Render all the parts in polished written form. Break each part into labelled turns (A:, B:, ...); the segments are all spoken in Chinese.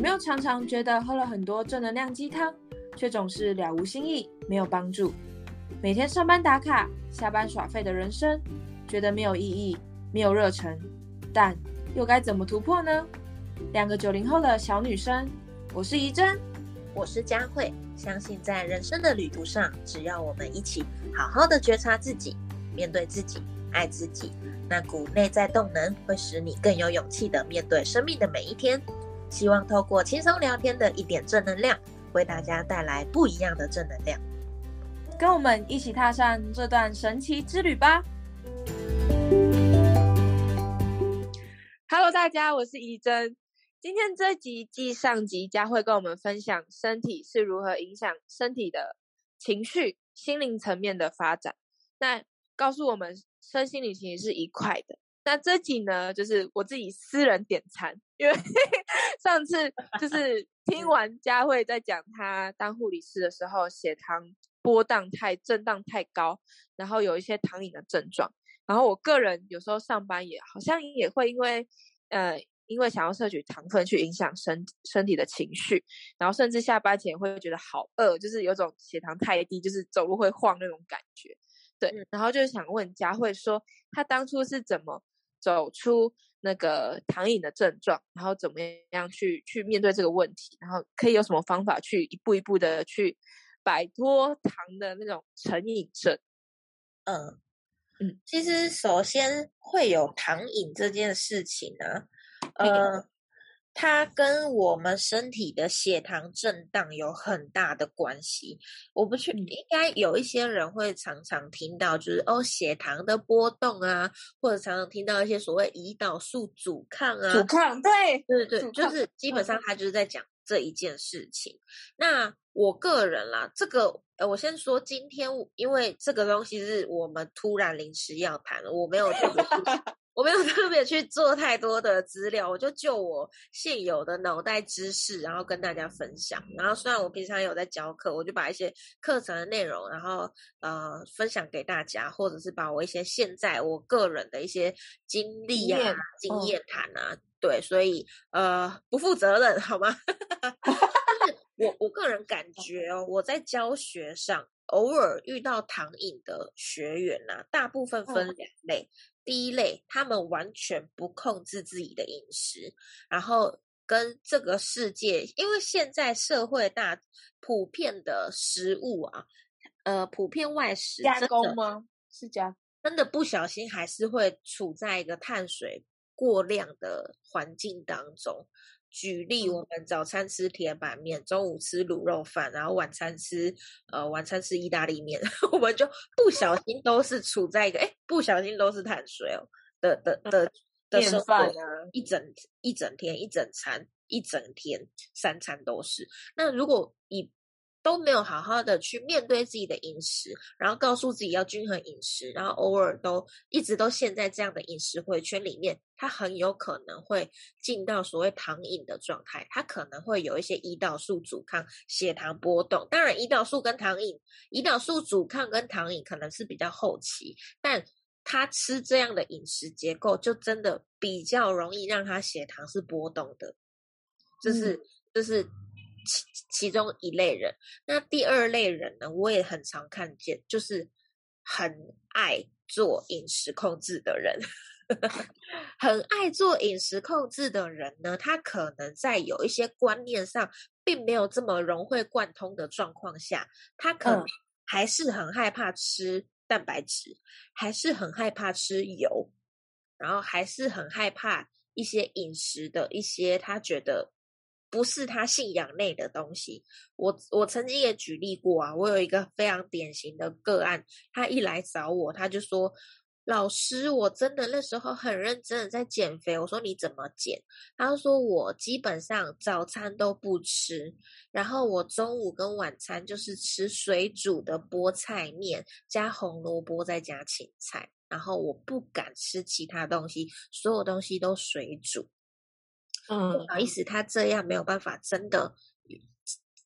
A: 没有常常觉得喝了很多正能量鸡汤，却总是了无新意，没有帮助？每天上班打卡，下班耍废的人生，觉得没有意义，没有热忱，但又该怎么突破呢？两个90后的小女生，我是怡珍，
B: 我是佳慧。相信在人生的旅途上，只要我们一起好好的觉察自己，面对自己，爱自己，那股内在动能会使你更有勇气的面对生命的每一天。希望透过轻松聊天的一点正能量，为大家带来不一样的正能量。
A: 跟我们一起踏上这段神奇之旅吧。Hello， 大家，我是怡珍。今天这集继上集，佳慧跟我们分享身体是如何影响身体的情绪、心灵层面的发展。那告诉我们身心灵其实是一块的。那这集呢，就是我自己私人点餐，因为上次就是听完佳慧在讲她当护理师的时候，血糖震荡太高，然后有一些糖瘾的症状。然后我个人有时候上班也好像也会因为想要摄取糖分去影响身体的情绪，然后甚至下班前会觉得好饿，就是有种血糖太低，就是走路会晃那种感觉。对，然后就是想问佳慧说，她当初是怎么走出那个糖瘾的症状，然后怎么样去面对这个问题，然后可以有什么方法去一步一步的去摆脱糖的那种成瘾症。
B: 其实首先会有糖瘾这件事情呢，它跟我们身体的血糖震荡有很大的关系。我不确定，应该有一些人会常常听到，就是血糖的波动啊，或者常常听到一些所谓胰岛素阻抗啊。
A: 阻抗，对，
B: 就是基本上他就是在讲这一件事情。那我个人啦，这个我先说，今天因为这个东西是我们突然临时要谈了，我没有特别去做太多的资料，我就我现有的脑袋知识，然后跟大家分享。然后虽然我平常有在教课，我就把一些课程的内容，然后分享给大家，或者是把我一些现在我个人的一些经历啊、经验谈啊，对，所以不负责任好吗？我个人感觉我在教学上偶尔遇到糖瘾的学员啊，大部分分两类。第一类，他们完全不控制自己的饮食，然后跟这个世界，因为现在社会普遍的食物啊，普遍外食
A: 加工吗？是加
B: 真的不小心还是会处在一个碳水过量的环境当中。举例，我们早餐吃铁板面，中午吃卤肉饭，然后晚餐吃意大利面，我们就不小心都是处在一个不小心都是碳水的生活啊，一整天一整餐一整天3餐都是。那如果都没有好好的去面对自己的饮食，然后告诉自己要均衡饮食，然后偶尔一直都陷在这样的饮食回圈里面，它很有可能会进到所谓糖瘾的状态，它可能会有一些胰岛素阻抗、血糖波动。当然胰岛素阻抗跟糖瘾可能是比较后期，但他吃这样的饮食结构就真的比较容易让他血糖是波动的。这是其中一类人。那第二类人呢，我也很常看见，就是很爱做饮食控制的人。很爱做饮食控制的人呢，他可能在有一些观念上并没有这么融会贯通的状况下，他可能还是很害怕吃蛋白质，还是很害怕吃油，然后还是很害怕一些饮食的一些他觉得不是他信仰内的东西。我曾经也举例过啊，我有一个非常典型的个案，他一来找我，他就说，老师，我真的那时候很认真的在减肥。我说你怎么减？他说我基本上早餐都不吃，然后我中午跟晚餐就是吃水煮的菠菜面，加红萝卜再加芹菜，然后我不敢吃其他东西，所有东西都水煮。不好意思，他这样没有办法真的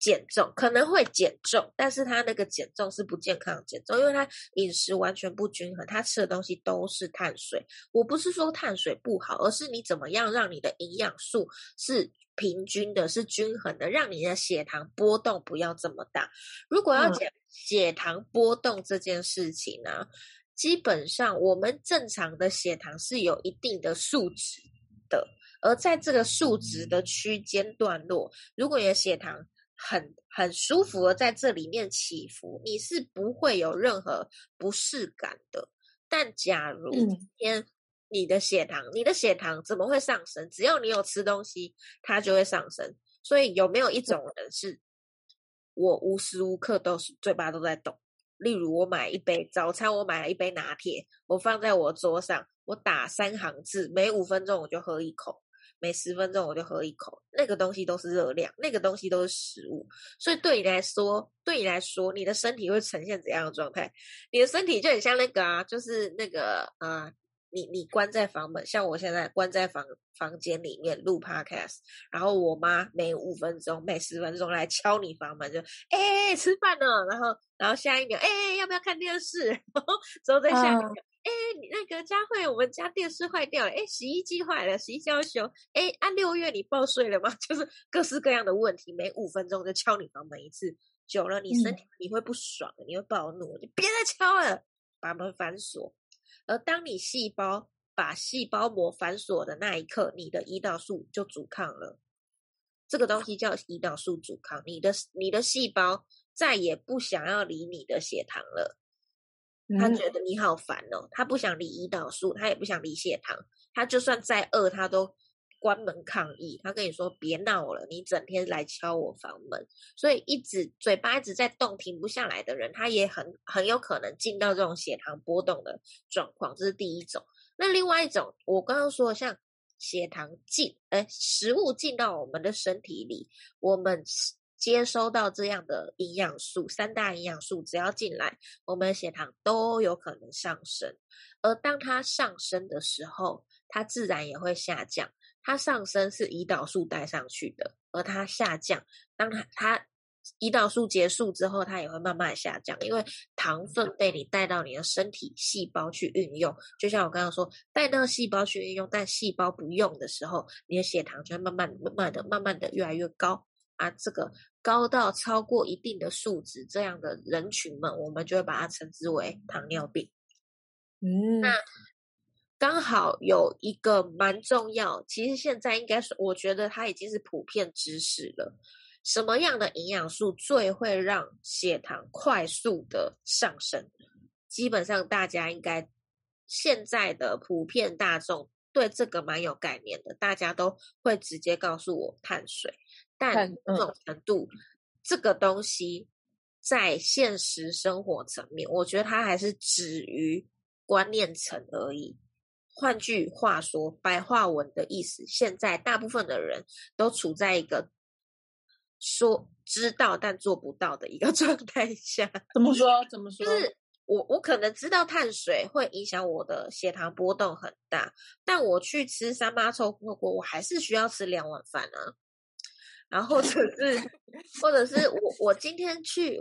B: 减重，可能会减重，但是他那个减重是不健康的减重，因为他饮食完全不均衡，他吃的东西都是碳水。我不是说碳水不好，而是你怎么样让你的营养素是平均的，是均衡的，让你的血糖波动不要这么大。如果要讲血糖波动这件事情呢，基本上我们正常的血糖是有一定的数值的，而在这个数值的区间段落，如果你的血糖很舒服的在这里面起伏，你是不会有任何不适感的。但假如今天你的血糖怎么会上升？只要你有吃东西，它就会上升。所以有没有一种人是我无时无刻都是嘴巴都在动？例如我买一杯早餐，我买了一杯拿铁，我放在我桌上，我打3行字，每5分钟我就喝一口，每10分钟我就喝一口，那个东西都是热量，那个东西都是食物。所以对你来说，你的身体会呈现怎样的状态？你的身体就很像那个啊，就是那个你关在房门，像我现在关在房间里面录 podcast， 然后我妈每5分钟、每10分钟来敲你房门，就吃饭了，然后下一秒要不要看电视，然后之后再下一秒你那个佳慧，我们家电视坏掉了，洗衣机坏了，洗衣机要修，6月你报税了吗？就是各式各样的问题，每5分钟就敲你房门一次，久了你身体你会不爽，你会暴怒，你别再敲了，把门反锁。而当你把细胞膜反锁的那一刻，你的胰岛素就阻抗了。这个东西叫胰岛素阻抗，你的细胞再也不想要理你的血糖了。他觉得你好烦哦，他不想理胰岛素，他也不想理血糖，他就算再饿，他都关门抗议。他跟你说别闹了，你整天来敲我房门。所以嘴巴一直在动停不下来的人，他也很有可能进到这种血糖波动的状况，这是第一种。那另外一种，我刚刚说像血糖食物进到我们的身体里，我们接收到这样的营养素，3大营养素只要进来，我们的血糖都有可能上升。而当它上升的时候，它自然也会下降。它上升是胰岛素带上去的，而它下降，当它胰岛素结束之后，它也会慢慢下降，因为糖分被你带到你的身体细胞去运用。就像我刚刚说，带到细胞去运用，但细胞不用的时候，你的血糖就会慢慢的越来越高啊。这个高到超过一定的数值，这样的人群们，我们就会把它称之为糖尿病。那刚好有一个蛮重要，其实现在应该是我觉得它已经是普遍知识了。什么样的营养素最会让血糖快速的上升？基本上大家应该现在的普遍大众对这个蛮有概念的，大家都会直接告诉我碳水。但某种程度，这个东西在现实生活层面，我觉得它还是止于观念层而已。换句话说，白话文的意思，现在大部分的人都处在一个说知道但做不到的一个状态下。
A: 怎么说？
B: 就是我可能知道碳水会影响我的血糖波动很大，但我去吃三妈臭火锅，我还是需要吃2碗饭啊。然后或者是我今天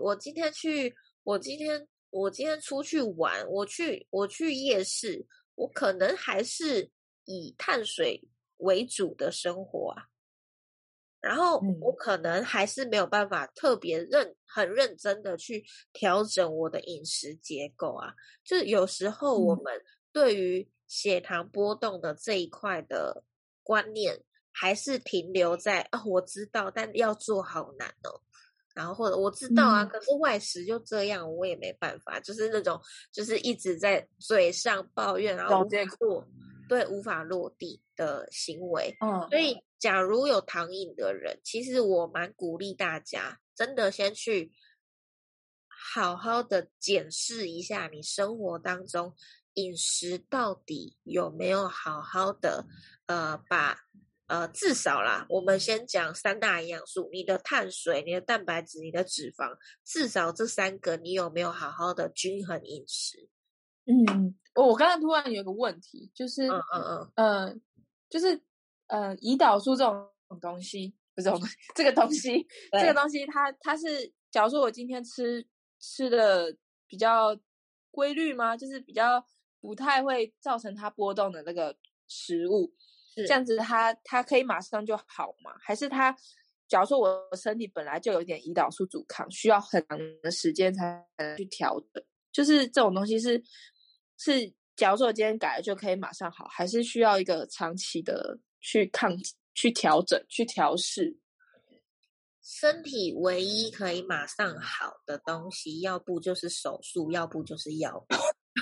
B: 出去玩，我去夜市，我可能还是以碳水为主的生活啊。然后我可能还是没有办法特别很认真的去调整我的饮食结构啊。就是有时候我们对于血糖波动的这一块的观念还是停留在我知道，但要做好难哦。然后或者我知道啊，可是外食就这样，我也没办法。就是那种就是一直在嘴上抱怨，然后无法落地的行为。所以假如有糖瘾的人，其实我蛮鼓励大家真的先去好好的检视一下你生活当中饮食到底有没有好好的至少啦，我们先讲3大营养素，你的碳水、你的蛋白质、你的脂肪，至少这3个你有没有好好的均衡饮食？
A: 我刚才突然有一个问题，就是胰岛素这种东西， 不是这种东西，这个东西它是，假如说我今天吃的比较规律吗？就是比较不太会造成它波动的那个食物，这样子它可以马上就好吗？还是它假如说我身体本来就有点胰岛素阻抗，需要很长的时间才能去调整？就是这种东西是假如说我今天改了就可以马上好，还是需要一个长期的去调整去调试？
B: 身体唯一可以马上好的东西，要不就是手术，要不就是药物。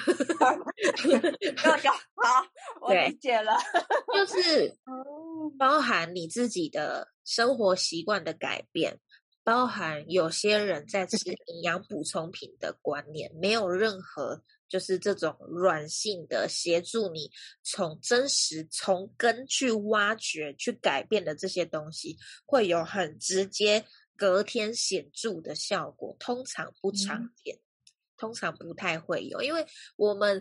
A: 好，我理解了，
B: 就是包含你自己的生活习惯的改变，包含有些人在吃营养补充品的观念，没有任何就是这种软性的协助你从真实从根去挖掘去改变的这些东西，会有很直接隔天显著的效果，通常不常见，通常不太会有，因为我们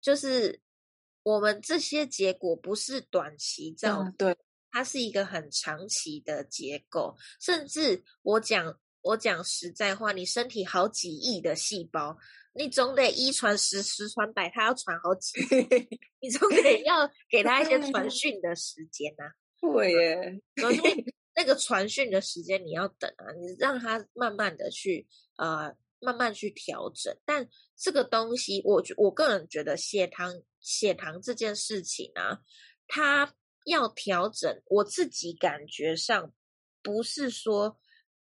B: 这些结果不是短期造成，
A: 对，
B: 它是一个很长期的结构，甚至我讲实在话，你身体好几亿的细胞，你总得一传十，十传百，它要传好几你总得要给它一些传讯的时间啊。
A: 对耶，
B: 所以那个传讯的时间你要等啊，你让它慢慢去调整。但这个东西，我个人觉得血糖这件事情啊，它要调整，我自己感觉上不是说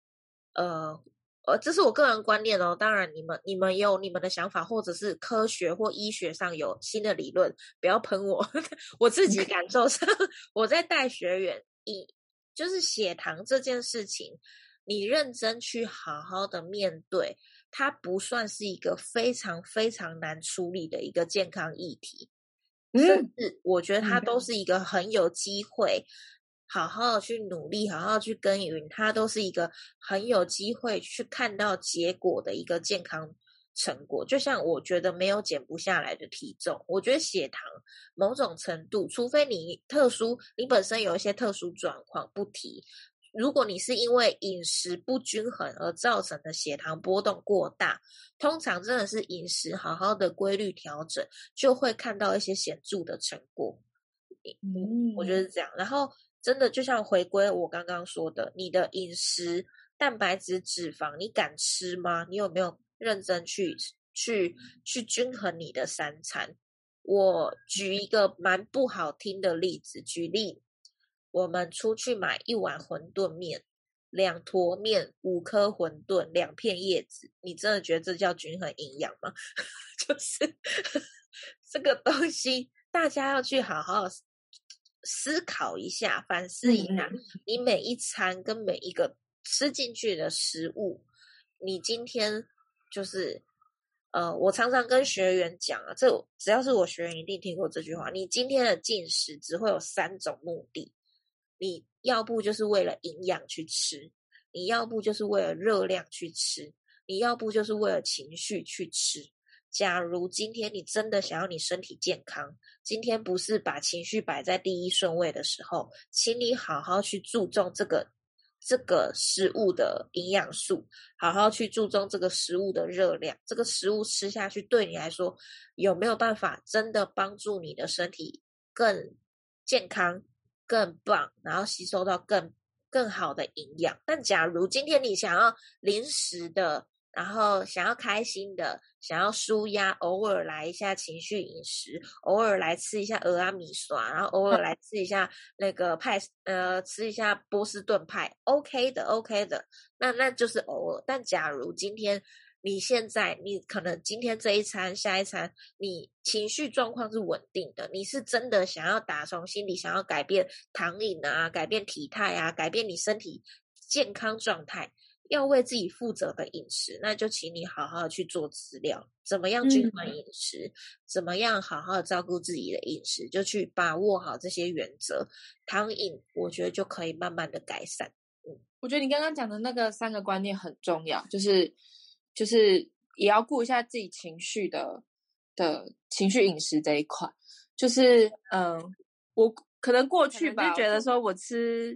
B: 这是我个人观念哦。当然，你们有你们的想法，或者是科学或医学上有新的理论，不要喷我。我自己感受上，我在带学员，就是血糖这件事情，你认真去好好的面对，它不算是一个非常非常难处理的一个健康议题。甚至我觉得它都是一个很有机会好好的去努力，好好去耕耘，它都是一个很有机会去看到结果的一个健康成果。就像我觉得没有减不下来的体重，我觉得血糖某种程度，除非你本身有一些特殊状况不提，如果你是因为饮食不均衡而造成的血糖波动过大，通常真的是饮食好好的规律调整，就会看到一些显著的成果。我觉得是这样。然后真的就像回归我刚刚说的，你的饮食蛋白质、脂肪，你敢吃吗？你有没有认真去均衡你的三餐？我举一个蛮不好听的例子，我们出去买1碗馄饨面，2坨面，5颗馄饨，2片叶子，你真的觉得这叫均衡营养吗？就是这个东西，大家要去好好思考一下，反思一下，你每一餐跟每一个吃进去的食物，你今天就是我常常跟学员讲啊，只要是我学员一定听过这句话，你今天的进食只会有3种目的，你要不就是为了营养去吃，你要不就是为了热量去吃，你要不就是为了情绪去吃。假如今天你真的想要你身体健康，今天不是把情绪摆在第一顺位的时候，请你好好去注重这个食物的营养素，好好去注重这个食物的热量，这个食物吃下去对你来说有没有办法真的帮助你的身体更健康、更棒，然后吸收到更好的营养。但假如今天你想要临时的，然后想要开心的，想要抒压，偶尔来一下情绪饮食，偶尔来吃一下蚵仔米刷，然后偶尔来吃一下那个吃一下波士顿派 ，OK 的，那就是偶尔。但假如今天你可能今天这一餐下一餐你情绪状况是稳定的，你是真的想要打从心里想要改变糖瘾啊，改变体态啊，改变你身体健康状态，要为自己负责的饮食，那就请你好好的去做资料，怎么样均衡饮食，怎么样好好的照顾自己的饮食，就去把握好这些原则，糖瘾我觉得就可以慢慢的改善。
A: 我觉得你刚刚讲的那个3个观念很重要，就是也要顾一下自己情绪的情绪饮食这一块。就是我可能过去吧，就觉得说我吃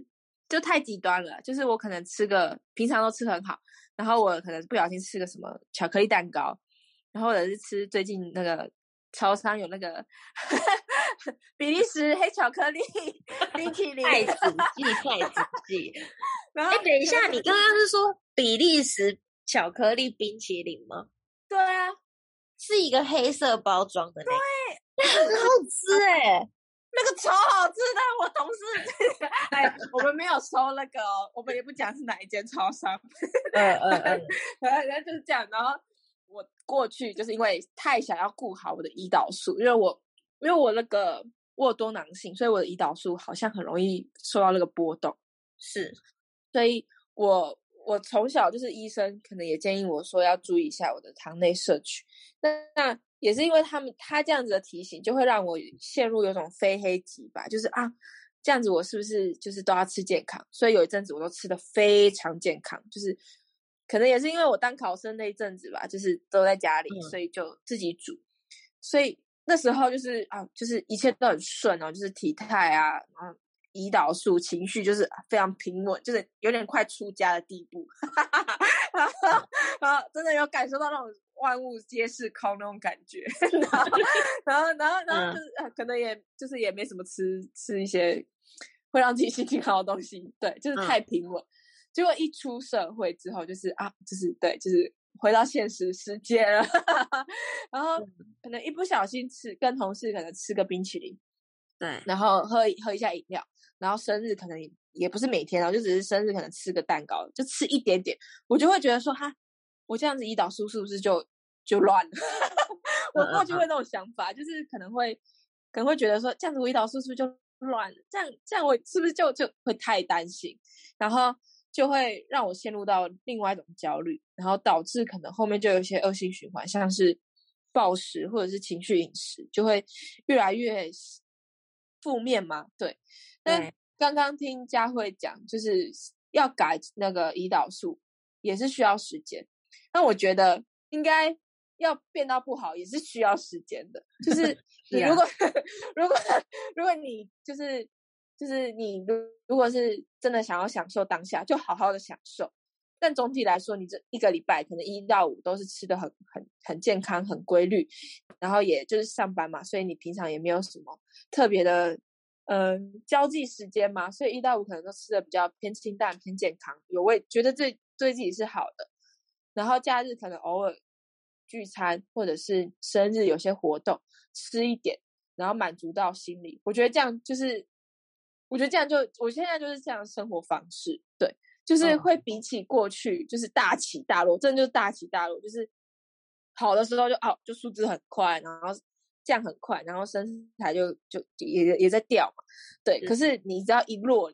A: 就太极端了，就是我可能平常都吃很好，然后我可能不小心吃个什么巧克力蛋糕，然后或者是吃最近那个超商有那个比利时黑巧克力冰淇淋，
B: 太仔细。
A: 然后
B: 等一下，你刚刚是说比利时巧克力冰淇淋吗？
A: 对啊，
B: 是一个黑色包装的那个，
A: 对，
B: 很好吃
A: 那个超好吃的，我同事哎，我们没有收那个哦，我们也不讲是哪一间超商，然后就是这样，然后我过去就是因为太想要顾好我的胰岛素，因为我那个我有多囊性，所以我的胰岛素好像很容易受到那个波动，
B: 是，
A: 所以我从小就是医生可能也建议我说要注意一下我的糖类摄取，那也是因为他这样子的提醒，就会让我陷入有种非黑即白，就是啊，这样子我是不是就是都要吃健康？所以有一阵子我都吃的非常健康，就是可能也是因为我当考生那一阵子吧，就是都在家里，所以就自己煮，所以那时候就是啊，就是一切都很顺哦，就是体态啊，然后胰岛素、情绪就是非常平稳，就是有点快出家的地步，然后真的有感受到那种万物皆是空那种感觉，然后就是可能也就是也没什么吃一些会让自己心情好的东西，对，就是太平稳。结果一出社会之后，就是啊，就是对，就是回到现实世界了，然后可能一不小心跟同事可能吃个冰淇淋，
B: 对，
A: 然后喝一下饮料，然后生日可能也不是每天哦，就只是生日可能吃个蛋糕，就吃一点点，我就会觉得说哈，我这样子胰岛素是不是就乱了？我过去会那种想法，就是可能会觉得说这样子我胰岛素是不是就乱了？这样我是不是就会太担心，然后就会让我陷入到另外一种焦虑，然后导致可能后面就有一些恶性循环，像是暴食或者是情绪饮食，就会越来越负面嘛。对，但刚刚听佳慧讲，就是要改那个胰岛素也是需要时间，那我觉得应该要变到不好也是需要时间的，就是你如果如果你就是你如果是真的想要享受当下，就好好的享受。但总体来说，你这一个礼拜可能1到5都是吃的很健康、很规律，然后也就是上班嘛，所以你平常也没有什么特别的交际时间嘛，所以1到5可能都吃的比较偏清淡、偏健康，觉得对自己是好的。然后假日可能偶尔聚餐或者是生日有些活动吃一点，然后满足到心里。我觉得这样就是，我觉得这样就我现在就是这样的生活方式，对，就是会比起过去就是大起大落，真的就是大起大落，就是好的时候就数字很快，然后降很快，然后身材就也在掉嘛，对。可是你只要一落，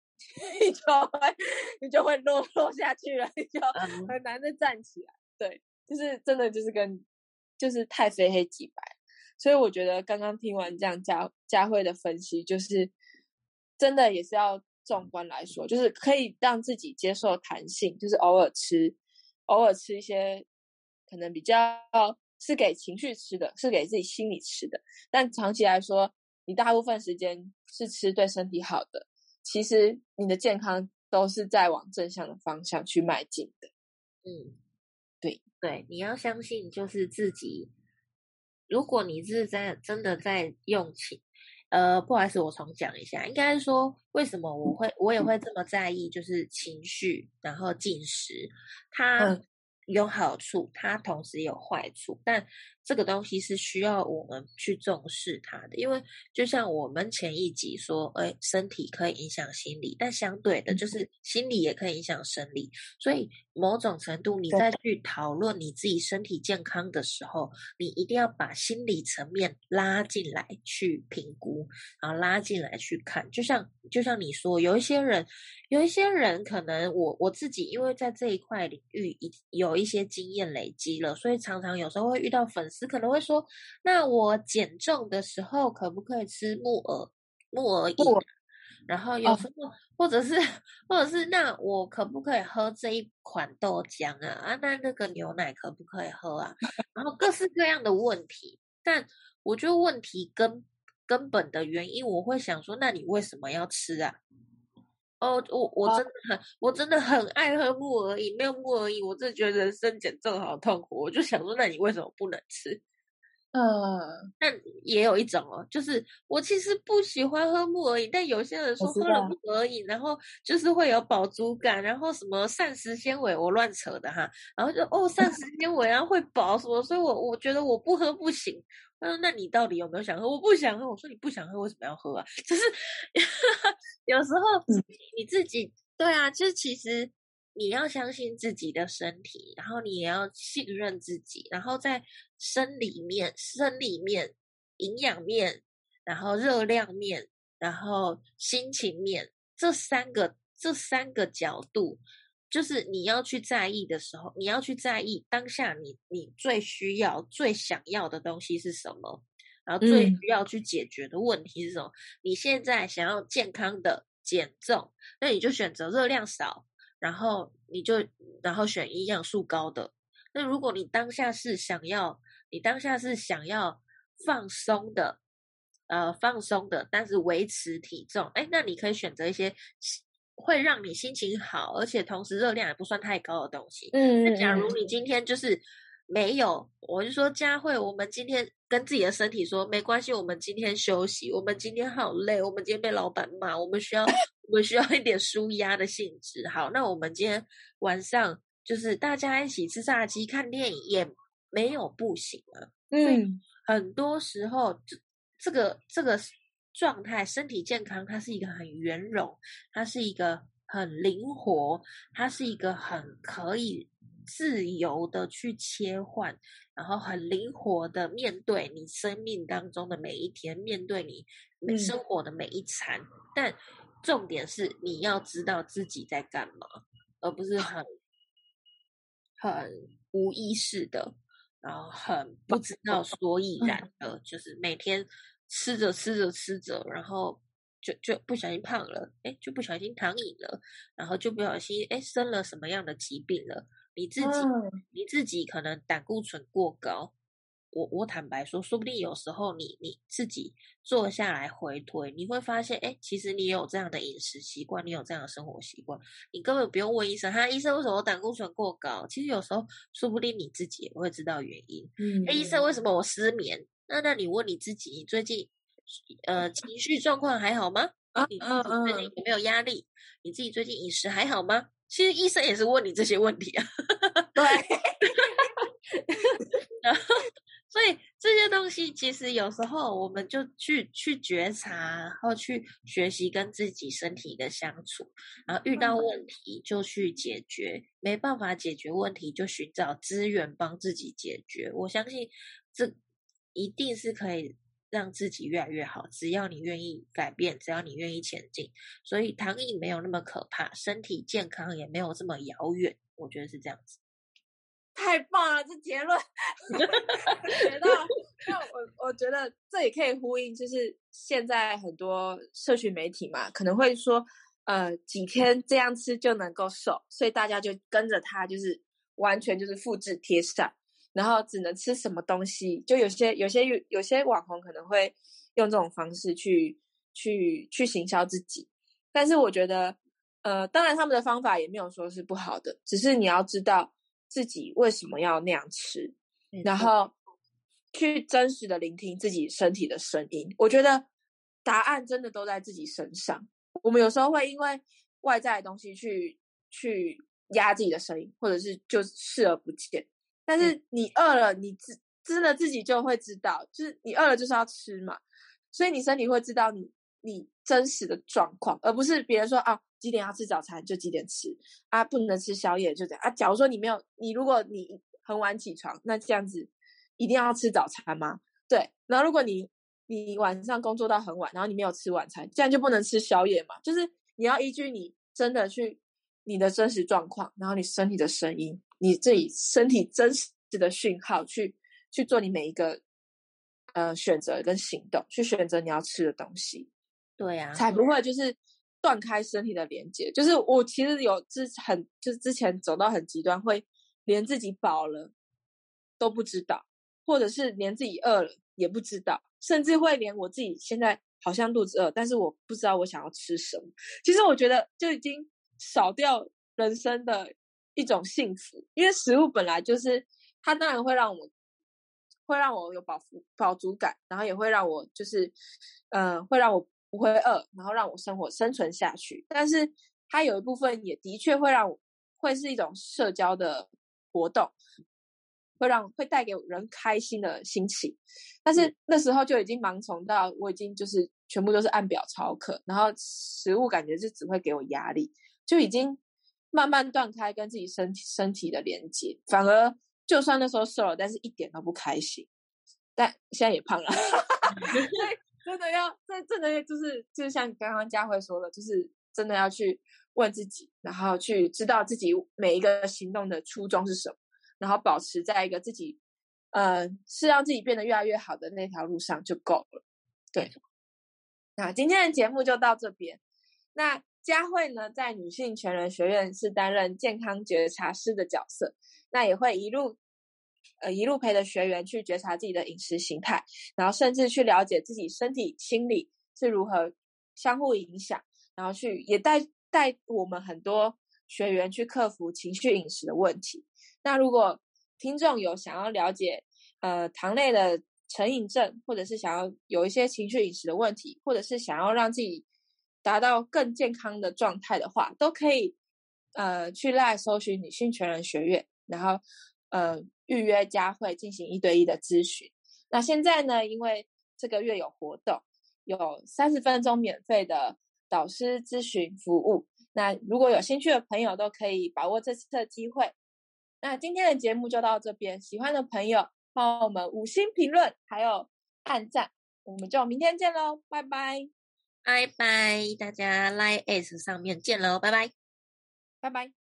A: 你就会落下去了，你就很难再站起来。对，就是真的就是太非黑即白。所以我觉得刚刚听完这样佳慧的分析，就是真的也是要纵观来说，就是可以让自己接受弹性，就是偶尔吃一些可能比较是给情绪吃的，是给自己心里吃的，但长期来说，你大部分时间是吃对身体好的，其实你的健康都是在往正向的方向去迈进的。
B: 对，你要相信就是自己，如果你是真的在用情，不好意思，我重讲一下，应该是说为什么我也会这么在意，就是情绪，然后进食，它有好处，它同时也有坏处，但这个东西是需要我们去重视它的，因为就像我们前一集说，身体可以影响心理，但相对的，就是心理也可以影响生理，所以某种程度你在去讨论你自己身体健康的时候，你一定要把心理层面拉进来去评估，然后拉进来去看，就像你说，有一些人可能我自己因为在这一块领域有一些经验累积了，所以常常有时候会遇到粉丝可能会说，那我减重的时候可不可以吃木耳饮？然后有时候或者是那我可不可以喝这一款豆浆啊？那个牛奶可不可以喝啊？然后各式各样的问题，但我觉得问题根本的原因，我会想说，那你为什么要吃啊？ 哦，我真的很爱喝木耳饮，没有木耳饮，我真的觉得人生减重好痛苦。我就想说，那你为什么不能吃？那也有一种哦，就是我其实不喜欢喝木耳饮，但有些人说喝了木耳饮，然后就是会有饱足感，然后什么膳食纤维，我乱扯的哈，然后就膳食纤维啊会饱什么，所以我觉得我不喝不行。那你到底有没有想喝？我不想喝。我说你不想喝，为什么要喝啊？就是有时候你自己对啊，就是其实你要相信自己的身体，然后你也要信任自己，然后在生理面、营养面，然后热量面，然后心情面，这三个角度，就是你要去在意的时候，你要去在意当下你最需要、最想要的东西是什么，然后最需要去解决的问题是什么。你现在想要健康的减重，那你就选择热量少。然后选营养素高的。那如果你当下是想要放松的，但是维持体重，那你可以选择一些会让你心情好，而且同时热量也不算太高的东西。那假如你今天就是没有，我就说佳慧，我们今天跟自己的身体说，没关系，我们今天休息，我们今天好累，我们今天被老板骂，我们需要一点舒压的性质。好，那我们今天晚上就是大家一起吃炸鸡、看电影，也没有不行啊。所以很多时候，这个状态，身体健康，它是一个很圆融，它是一个很灵活，它是一个很可以自由的去切换，然后很灵活的面对你生命当中的每一天，面对你生活的每一餐。但重点是你要知道自己在干嘛，而不是很无意识的，然后很不知道所以然的，就是每天吃着，然后就不小心胖了，就不小心糖瘾了，然后就不小心生了什么样的疾病了。你自己可能胆固醇过高，我坦白说，说不定有时候你自己坐下来回推，你会发现，其实你有这样的饮食习惯，你有这样的生活习惯，你根本不用问医生，医生为什么我胆固醇过高？其实有时候说不定你自己也会知道原因。医生为什么我失眠？那你问你自己，你最近情绪状况还好吗？你自己最近有没有压力？你自己最近饮食还好吗？其实医生也是问你这些问题啊。
A: 对。
B: 然后所以这些东西其实有时候我们就去觉察，然后去学习跟自己身体的相处，然后遇到问题就去解决，没办法解决问题就寻找资源帮自己解决。我相信这一定是可以让自己越来越好，只要你愿意改变，只要你愿意前进。所以糖瘾没有那么可怕，身体健康也没有这么遥远，我觉得是这样子。
A: 太棒了，这结论学到。那我觉得这也可以呼应，就是现在很多社群媒体嘛，可能会说几天这样吃就能够瘦，所以大家就跟着他，就是完全就是复制贴上，然后只能吃什么东西，就有些网红可能会用这种方式去行销自己。但是我觉得当然他们的方法也没有说是不好的，只是你要知道自己为什么要那样吃，然后去真实的聆听自己身体的声音。我觉得答案真的都在自己身上。我们有时候会因为外在的东西去压自己的声音，或者是就视而不见。但是你饿了，你真的自己就会知道，就是你饿了就是要吃嘛，所以你身体会知道你真实的状况，而不是别人说几点要吃早餐就几点吃不能吃宵夜就这样假如说如果你很晚起床，那这样子一定要吃早餐吗？对。然后如果你晚上工作到很晚，然后你没有吃晚餐，这样就不能吃宵夜嘛？就是你要依据你真的去你的真实状况，然后你身体的声音，你自己身体真实的讯号去做你每一个选择跟行动，去选择你要吃的东西。
B: 对啊，
A: 才不会就是断开身体的连接。就是我其实就是之前走到很极端，会连自己饱了都不知道，或者是连自己饿了也不知道，甚至会连我自己现在好像肚子饿，但是我不知道我想要吃什么。其实我觉得就已经少掉人生的一种幸福，因为食物本来就是它当然会让我有饱足感，然后也会让我就是会让我不会饿，然后让我生存下去。但是它有一部分也的确会是一种社交的活动，会带给人开心的心情。但是那时候就已经盲从到我已经就是全部都是按表操课，然后食物感觉就只会给我压力，就已经慢慢断开跟自己身体的连接，反而就算那时候瘦了，但是一点都不开心。但现在也胖了，所以真的就是像刚刚佳慧说的，就是真的要去问自己，然后去知道自己每一个行动的初衷是什么，然后保持在一个自己是让自己变得越来越好的那条路上就够了。对，那今天的节目就到这边。那佳慧呢，在女性全人学院是担任健康觉察师的角色，那也会一路陪着学员去觉察自己的饮食形态，然后甚至去了解自己身体心理是如何相互影响，然后也带我们很多学员去克服情绪饮食的问题。那如果听众有想要了解糖类的成瘾症，或者是想要有一些情绪饮食的问题，或者是想要让自己达到更健康的状态的话，都可以去LINE搜寻女性全人学院，然后预约佳慧进行1对1的咨询。那现在呢，因为这个月有活动，有30分钟免费的导师咨询服务，那如果有兴趣的朋友都可以把握这次的机会。那今天的节目就到这边，喜欢的朋友帮我们5星评论还有按赞，我们就明天见咯，拜拜
B: 拜拜，大家 Line S 上面见咯，拜拜，
A: 拜拜。